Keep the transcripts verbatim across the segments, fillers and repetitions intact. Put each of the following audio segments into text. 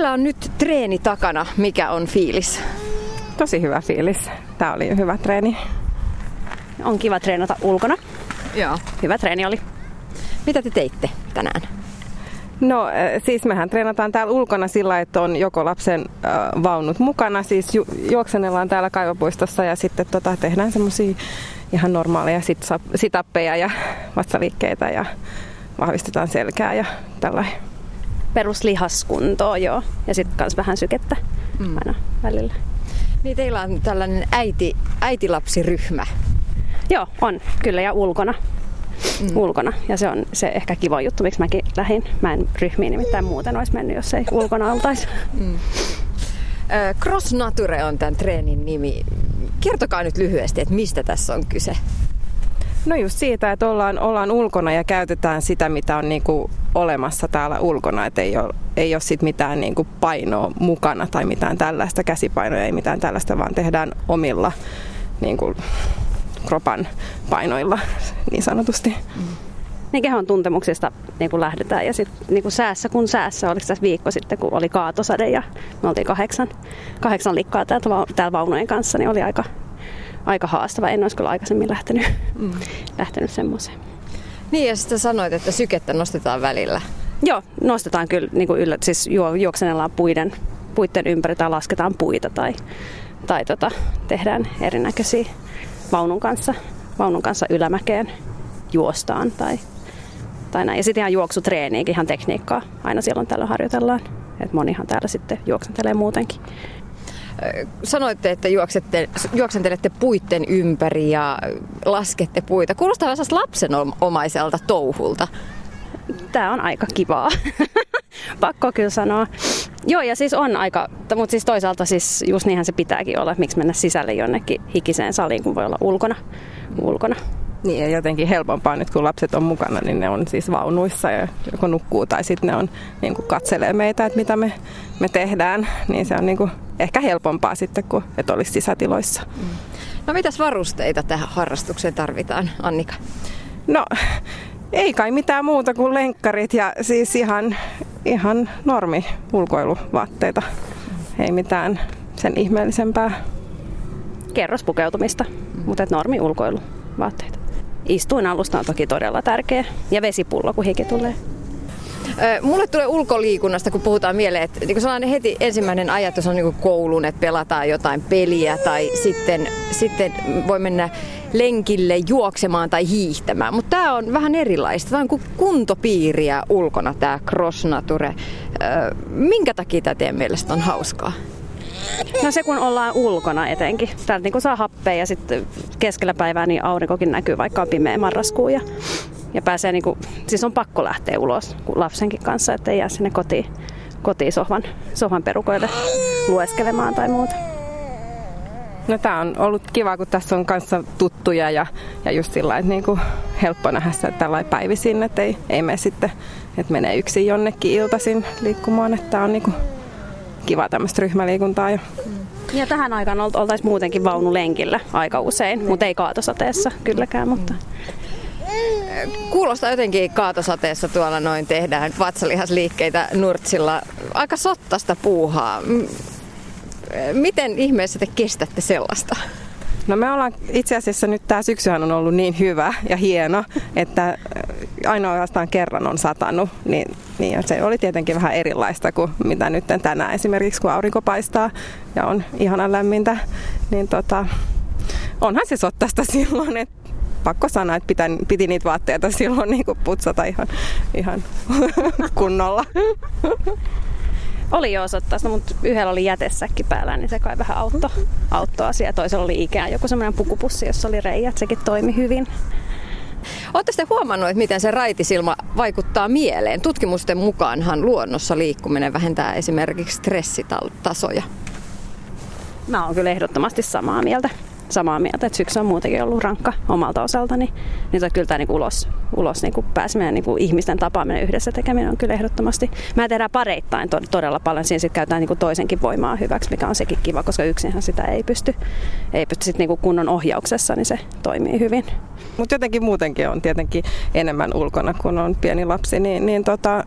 Teillä on nyt treeni takana. Mikä on fiilis? Tosi hyvä fiilis. Tää oli hyvä treeni. On kiva treenata ulkona. Joo. Hyvä treeni oli. Mitä te teitte tänään? No siis mehän treenataan täällä ulkona sillä, että on joko lapsen äh, vaunut mukana. Siis ju- juoksenellaan täällä kaivopuistossa ja sitten tota, tehdään semmosia ihan normaaleja sit- sitappeja ja vatsaliikkeitä ja vahvistetaan selkää ja tällainen. Peruslihaskuntoa, joo. Ja sitten kans vähän sykettä mm. aina välillä. Niin teillä on tällainen äiti, äitilapsiryhmä. Joo, on. Kyllä, ja ulkona. Mm. ulkona. Ja se on se ehkä kiva juttu, miksi mäkin lähdin. Mä en ryhmiin nimittäin muuten olisi mennyt, jos ei ulkona oltaisi. Mm. Cross Nature on tämän treenin nimi. Kertokaa nyt lyhyesti, että mistä tässä on kyse? No just siitä, että ollaan, ollaan ulkona ja käytetään sitä, mitä on niinku olemassa täällä ulkona. Että ei ole, ei ole sit mitään niinku painoa mukana tai mitään tällaista, käsipainoja, ei mitään tällaista, vaan tehdään omilla niinku kropan painoilla niin sanotusti. Mm. Niin kehon tuntemuksista niin kuin lähdetään ja sitten niin säässä kun säässä, oliko tässä viikko sitten kun oli kaatosade ja me oltiin kahdeksan, kahdeksan likkaa täältä, täällä vaunujen kanssa, niin oli aika, aika haastava. En olisi kyllä aikaisemmin lähtenyt, mm. lähtenyt semmoiseen. Niin ja sitten sanoit, että sykettä nostetaan välillä. Joo, nostetaan kyllä niin kuin yllä, siis juoksenellaan puiden, puiden ympäri tai lasketaan puita tai, tai tota, tehdään erinäköisiä vaunun kanssa, vaunun kanssa ylämäkeen juostaan tai, tai näin. Ja sitten ihan juoksutreeniäkin, ihan tekniikkaa aina silloin tällöin harjoitellaan. Et monihan täällä sitten juoksentelee muutenkin. Sanoitte, että juoksette, juoksentelette puitten ympäri ja laskette puita. Kuulostaa vähän lapsenomaiselta touhulta. Tää on aika kivaa. Pakko kyllä sanoa. Joo, ja siis on aika, mutta siis toisaalta siis just niinhän se pitääkin olla, että miksi mennä sisälle jonnekin hikiseen saliin, kun voi olla ulkona. ulkona. Niin ja jotenkin helpompaa nyt, kun lapset on mukana, niin ne on siis vaunuissa ja joko nukkuu tai sitten ne on, niin kuin katselee meitä, että mitä me, me tehdään. Niin se on niin kuin ehkä helpompaa sitten, kuin että olisi sisätiloissa. No mitäs varusteita tähän harrastukseen tarvitaan, Annika? No ei kai mitään muuta kuin lenkkarit ja siis ihan, ihan normi ulkoiluvaatteita. Ei mitään sen ihmeellisempää. Kerrospukeutumista, mm. mutta normi ulkoiluvaatteita. Istuinalusta on toki todella tärkeä ja vesipullo, kun hiki tulee. Mulle tulee ulkoliikunnasta, kun puhutaan mieleen, että niin sellainen heti ensimmäinen ajatus on niin koulun, että pelataan jotain peliä tai sitten, sitten voi mennä lenkille juoksemaan tai hiihtämään. Mutta tämä on vähän erilaista. Tämä on kuin kuntopiiriä ulkona, tämä Cross Nature. Minkä takia tämä teidän mielestä on hauskaa? No se kun ollaan ulkona etenkin. Täältä niin kun saa happea ja sitten keskellä päivää niin aurinkokin näkyy, vaikka on pimeä marraskuu. Ja, ja pääsee niin kuin, siis on pakko lähteä ulos lapsenkin kanssa, ettei jää sinne kotiin, kotiin sohvan, sohvan perukoille lueskelemaan tai muuta. No tää on ollut kiva, kun tässä on kanssa tuttuja ja, ja just sillä että niinku helppo nähdä se tällainen päivisin, että ei, ei mene sitten, että menee yksin jonnekin iltaisin liikkumaan, että tää on niinku kiva tämmöistä ryhmäliikuntaa. Jo. Ja tähän aikaan oltaisiin muutenkin vaunulenkillä aika usein, mutta ei kaatosateessa kylläkään. Mutta. Kuulostaa jotenkin kaatosateessa tuolla noin tehdään vatsalihasliikkeitä nurtsilla. Aika sottasta puuhaa. Miten ihmeessä te kestätte sellaista? No me ollaan itse asiassa nyt tämä syksyhän on ollut niin hyvä ja hieno, että ainoastaan kerran on satanut, niin, niin se oli tietenkin vähän erilaista kuin mitä nyt tänään esimerkiksi, kun aurinko paistaa ja on ihanan lämmintä, niin tota, onhan se sottasta silloin, että pakko sanoa, että pitä, piti niitä vaatteita silloin niin kuin putsata ihan, ihan kunnolla. Oli jo sottaista, mutta yhdellä oli jätesäkki päällä, niin se kai vähän auttoi, auttoi asiaa. Toisella oli ikään joku semmoinen pukupussi, jossa oli reijät, sekin toimi hyvin. Oletteko te huomannut, että miten se raitisilma vaikuttaa mieleen? Tutkimusten mukaanhan luonnossa liikkuminen vähentää esimerkiksi stressitasoja. Mä oon kyllä ehdottomasti samaa mieltä. Samaa mieltä, että syksy on muutenkin ollut rankka omalta osaltani. Niin se on kyllä tämä niin ulos, ulos niin pääseminen, niin ihmisten tapaaminen yhdessä tekeminen on kyllä ehdottomasti. Mä tehdään pareittain to- todella paljon. Siinä sitten käytetään niin toisenkin voimaa hyväksi, mikä on sekin kiva, koska yksinhän sitä ei pysty. Ei pysty sit niin kunnon ohjauksessa, niin se toimii hyvin. Mutta jotenkin muutenkin on tietenkin enemmän ulkona, kun on pieni lapsi, niin, niin tota,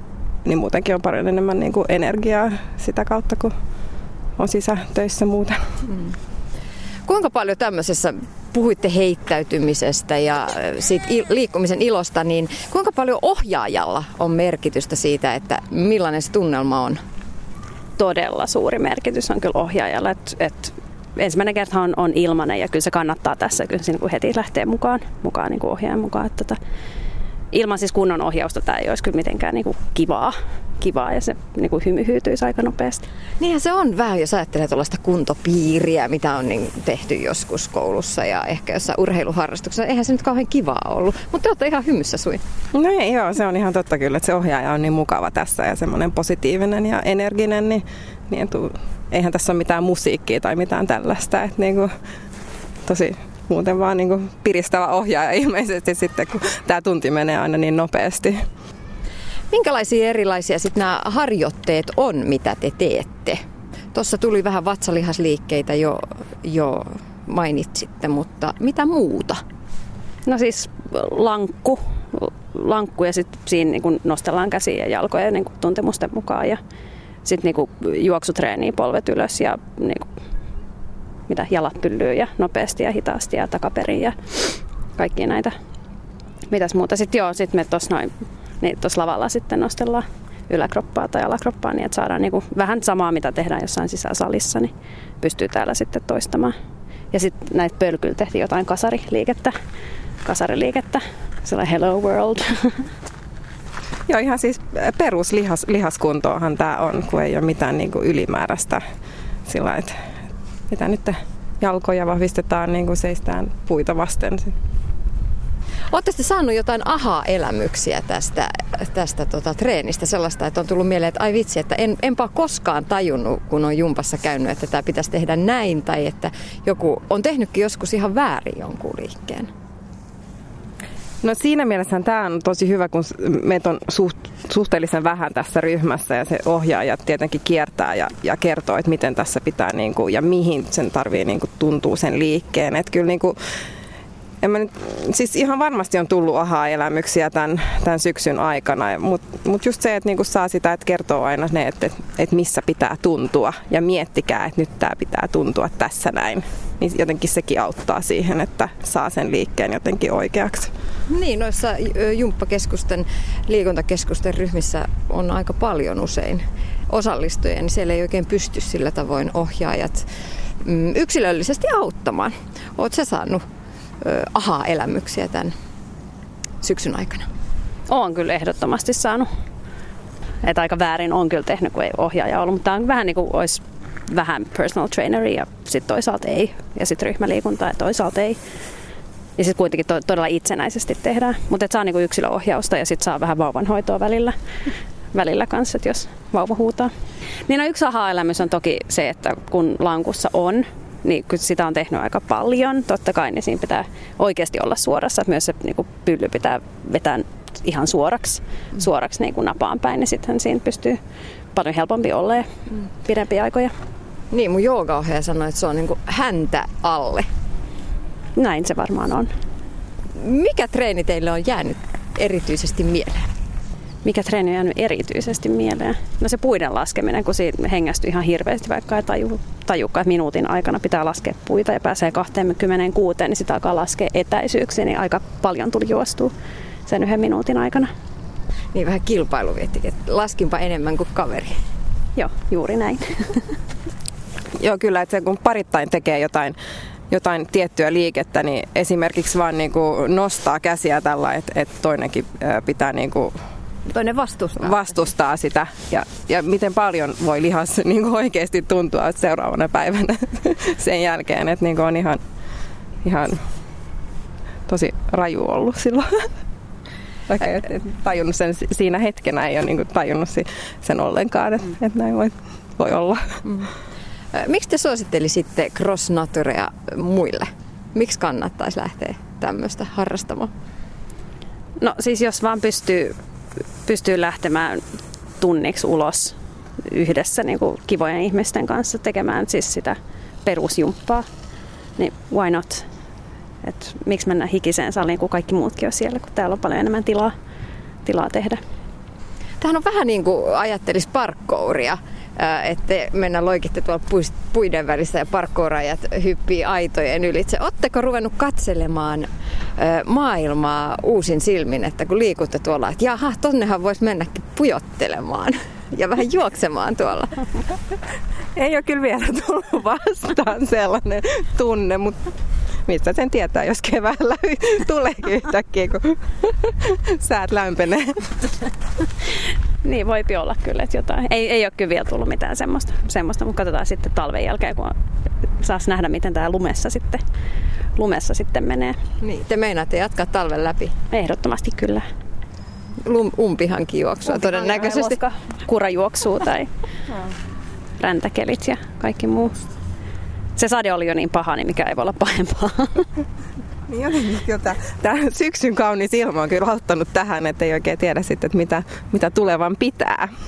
niin muutenkin on paljon enemmän niin kuin energiaa sitä kautta, kun on sisätöissä muuten. Mm. Kuinka paljon tämmöisessä, puhuitte heittäytymisestä ja siitä liikkumisen ilosta, niin kuinka paljon ohjaajalla on merkitystä siitä, että millainen se tunnelma on? Todella suuri merkitys on kyllä ohjaajalla, että et ensimmäinen kerta on, on ilmainen ja kyllä se kannattaa tässä, kyllä se niin heti lähtee mukaan, mukaan niin kuin ohjaajan mukaan. Että tota, ilman siis kunnon ohjausta tämä ei olisi kyllä mitenkään niin kuin kivaa, kivaa ja se niin kuin hymy hyytyisi aika nopeasti. Niinhän se on vähän, jos ajattelee tuollaista kuntopiiriä, mitä on niin tehty joskus koulussa ja ehkä jossain urheiluharrastuksessa. Eihän se nyt kauhean kivaa ollut, mutta te olette ihan hymyssä suin. No ei, joo, se on ihan totta kyllä, että se ohjaaja on niin mukava tässä ja semmoinen positiivinen ja energinen, niin, niin tu, eihän tässä ole mitään musiikkia tai mitään tällaista, että niin kuin, tosi muuten vaan niin kuin piristävä ohjaaja ilmeisesti sitten, kun tämä tunti menee aina niin nopeasti. Minkälaisia erilaisia sitten nämä harjoitteet on, mitä te teette? Tuossa tuli vähän vatsalihasliikkeitä jo, jo mainitsitte, mutta mitä muuta? No siis lankku, lankku ja sitten siinä niin kuin nostellaan käsiä ja jalkoja niin kuin tuntemusten mukaan ja sitten niin juoksutreeniä polvet ylös ja niin kuin, mitä jalat pyllyy ja nopeasti ja hitaasti ja takaperin ja kaikkia näitä. Mitäs muuta? Sitten joo, sitten me tuossa noin niin tuossa lavalla sitten nostellaan yläkroppaa tai alakroppaa niin, että saadaan niin kuin vähän samaa, mitä tehdään jossain sisäsalissa, niin pystyy täällä sitten toistamaan. Ja sitten näitä pölkyillä tehtiin jotain kasariliikettä, kasariliikettä, sellainen hello world. Joo, ihan siis peruslihaskuntoahan tämä on, kun ei ole mitään niin kuin ylimääräistä sillä, että mitä nyt jalkoja vahvistetaan, niin kuin seistään puita vasten. Oletteko te saanut jotain aha-elämyksiä tästä, tästä tota, treenistä, sellaista, että on tullut mieleen, että ai vitsi, että en, enpä ole koskaan tajunnut, kun on jumpassa käynyt, että tämä pitäisi tehdä näin, tai että joku on tehnytkin joskus ihan väärin jonkun liikkeen? No siinä mielessä tämä on tosi hyvä, kun meitä on suht, suhteellisen vähän tässä ryhmässä ja se ohjaaja tietenkin kiertää ja, ja kertoo, että miten tässä pitää niin kuin, ja mihin sen tarvii niin kuin, tuntuu sen liikkeen. Että kyllä niin kuin, en mä nyt, siis ihan varmasti on tullut aha-elämyksiä tämän, tämän syksyn aikana, mutta mut just se, että niinku saa sitä, että kertoo aina ne, että, että missä pitää tuntua ja miettikää, että nyt tämä pitää tuntua tässä näin. Niin jotenkin sekin auttaa siihen, että saa sen liikkeen jotenkin oikeaksi. Niin, noissa jumppakeskusten, liikuntakeskusten ryhmissä on aika paljon usein osallistujia, niin siellä ei oikein pysty sillä tavoin ohjaajat yksilöllisesti auttamaan. Oletko sä saanut aha-elämyksiä tämän syksyn aikana? Olen kyllä ehdottomasti saanut. Että aika väärin on kyllä tehnyt, kun ei ohjaaja ollut, mutta tämä on vähän niin kuin olisi vähän personal traineri ja sitten toisaalta ei. Ja sitten ryhmäliikuntaa ja toisaalta ei. Ja sitten kuitenkin to- todella itsenäisesti tehdään. Mutta saa niinku yksilöohjausta ja sitten saa vähän vauvanhoitoa välillä, välillä kanssa, että jos vauva huutaa. Niin no yksi aha-elämys on toki se, että kun lankussa on, niin kun sitä on tehnyt aika paljon, totta kai, niin siinä pitää oikeasti olla suorassa. Myös se niin kuin pylly pitää vetää ihan suoraksi, mm. suoraksi niin kuin napaan päin, niin sitten siinä pystyy paljon helpompi olemaan mm. pidempiä aikoja. Niin, mun joogaohjaaja sanoi, että se on niin kuin häntä alle. Näin se varmaan on. Mikä treeni teille on jäänyt erityisesti mieleen? Mikä treeni on jäänyt erityisesti mieleen? No se puiden laskeminen, kun siinä hengästyy ihan hirveästi, vaikka ei taju, tajukaan, että minuutin aikana pitää laskea puita ja pääsee kaksikymmentäkuusi, niin sitä alkaa laskea etäisyyksiä, niin aika paljon tuli juostua sen yhden minuutin aikana. Niin vähän kilpailu viettikin, että laskinpa enemmän kuin kaveri. Joo, juuri näin. Joo, kyllä, että se, kun parittain tekee jotain, jotain tiettyä liikettä, niin esimerkiksi vaan niin kuin nostaa käsiä tällä, että, että toinenkin pitää niin kuin toinen vastustaa, vastustaa sitä. Ja, ja miten paljon voi lihas niin kuin oikeasti tuntua seuraavana päivänä sen jälkeen, että niin kuin on ihan, ihan tosi raju ollut silloin. Vaikka et, et tajunnut sen siinä hetkenä, ei ole niin kuin tajunnut sen ollenkaan, että, että näin voi, voi olla. Mm. Miksi te suosittelisitte Cross Naturea muille? Miksi kannattaisi lähteä tämmöistä harrastamaan? No siis jos vaan pystyy, pystyy lähtemään tunniksi ulos yhdessä niin kuin kivojen ihmisten kanssa tekemään siis sitä perusjumppaa, niin why not? Et miksi mennä hikiseen saliin, kun kaikki muutkin on siellä, kun täällä on paljon enemmän tilaa, tilaa tehdä. Tämähän on vähän niin kuin ajattelisi parkouria, että mennään loikitte tuolla puiden välissä ja parkkourajat hyppii aitojen ylitse. Oletteko ruvennut katselemaan maailmaa uusin silmin, että kun liikutte tuolla, että jaha, tonnehan voisi mennäkin pujottelemaan ja vähän juoksemaan tuolla? Ei ole kyllä vielä tullut vastaan sellainen tunne, mutta mistä sen tietää, jos keväällä tuleekin yhtäkkiä, kun säät lämpenee. Niin, voipi olla kyllä, että jotain. Ei, ei ole kyllä vielä tullut mitään semmoista, semmoista, mutta katsotaan sitten talven jälkeen, kun saas nähdä, miten tämä lumessa sitten, lumessa sitten menee. Niin, te meinaatte jatkaa talven läpi? Ehdottomasti kyllä. Lum, umpihankin juoksua umpihan todennäköisesti. Kurajuoksua tai räntäkelit ja kaikki muu. Se sade oli jo niin paha, niin mikä ei voi olla pahempaa. Niin jotenkin kyllä tämä syksyn kaunis ilma on kyllä auttanut tähän, että ei oikein tiedä sitten, että mitä, mitä tulevan pitää.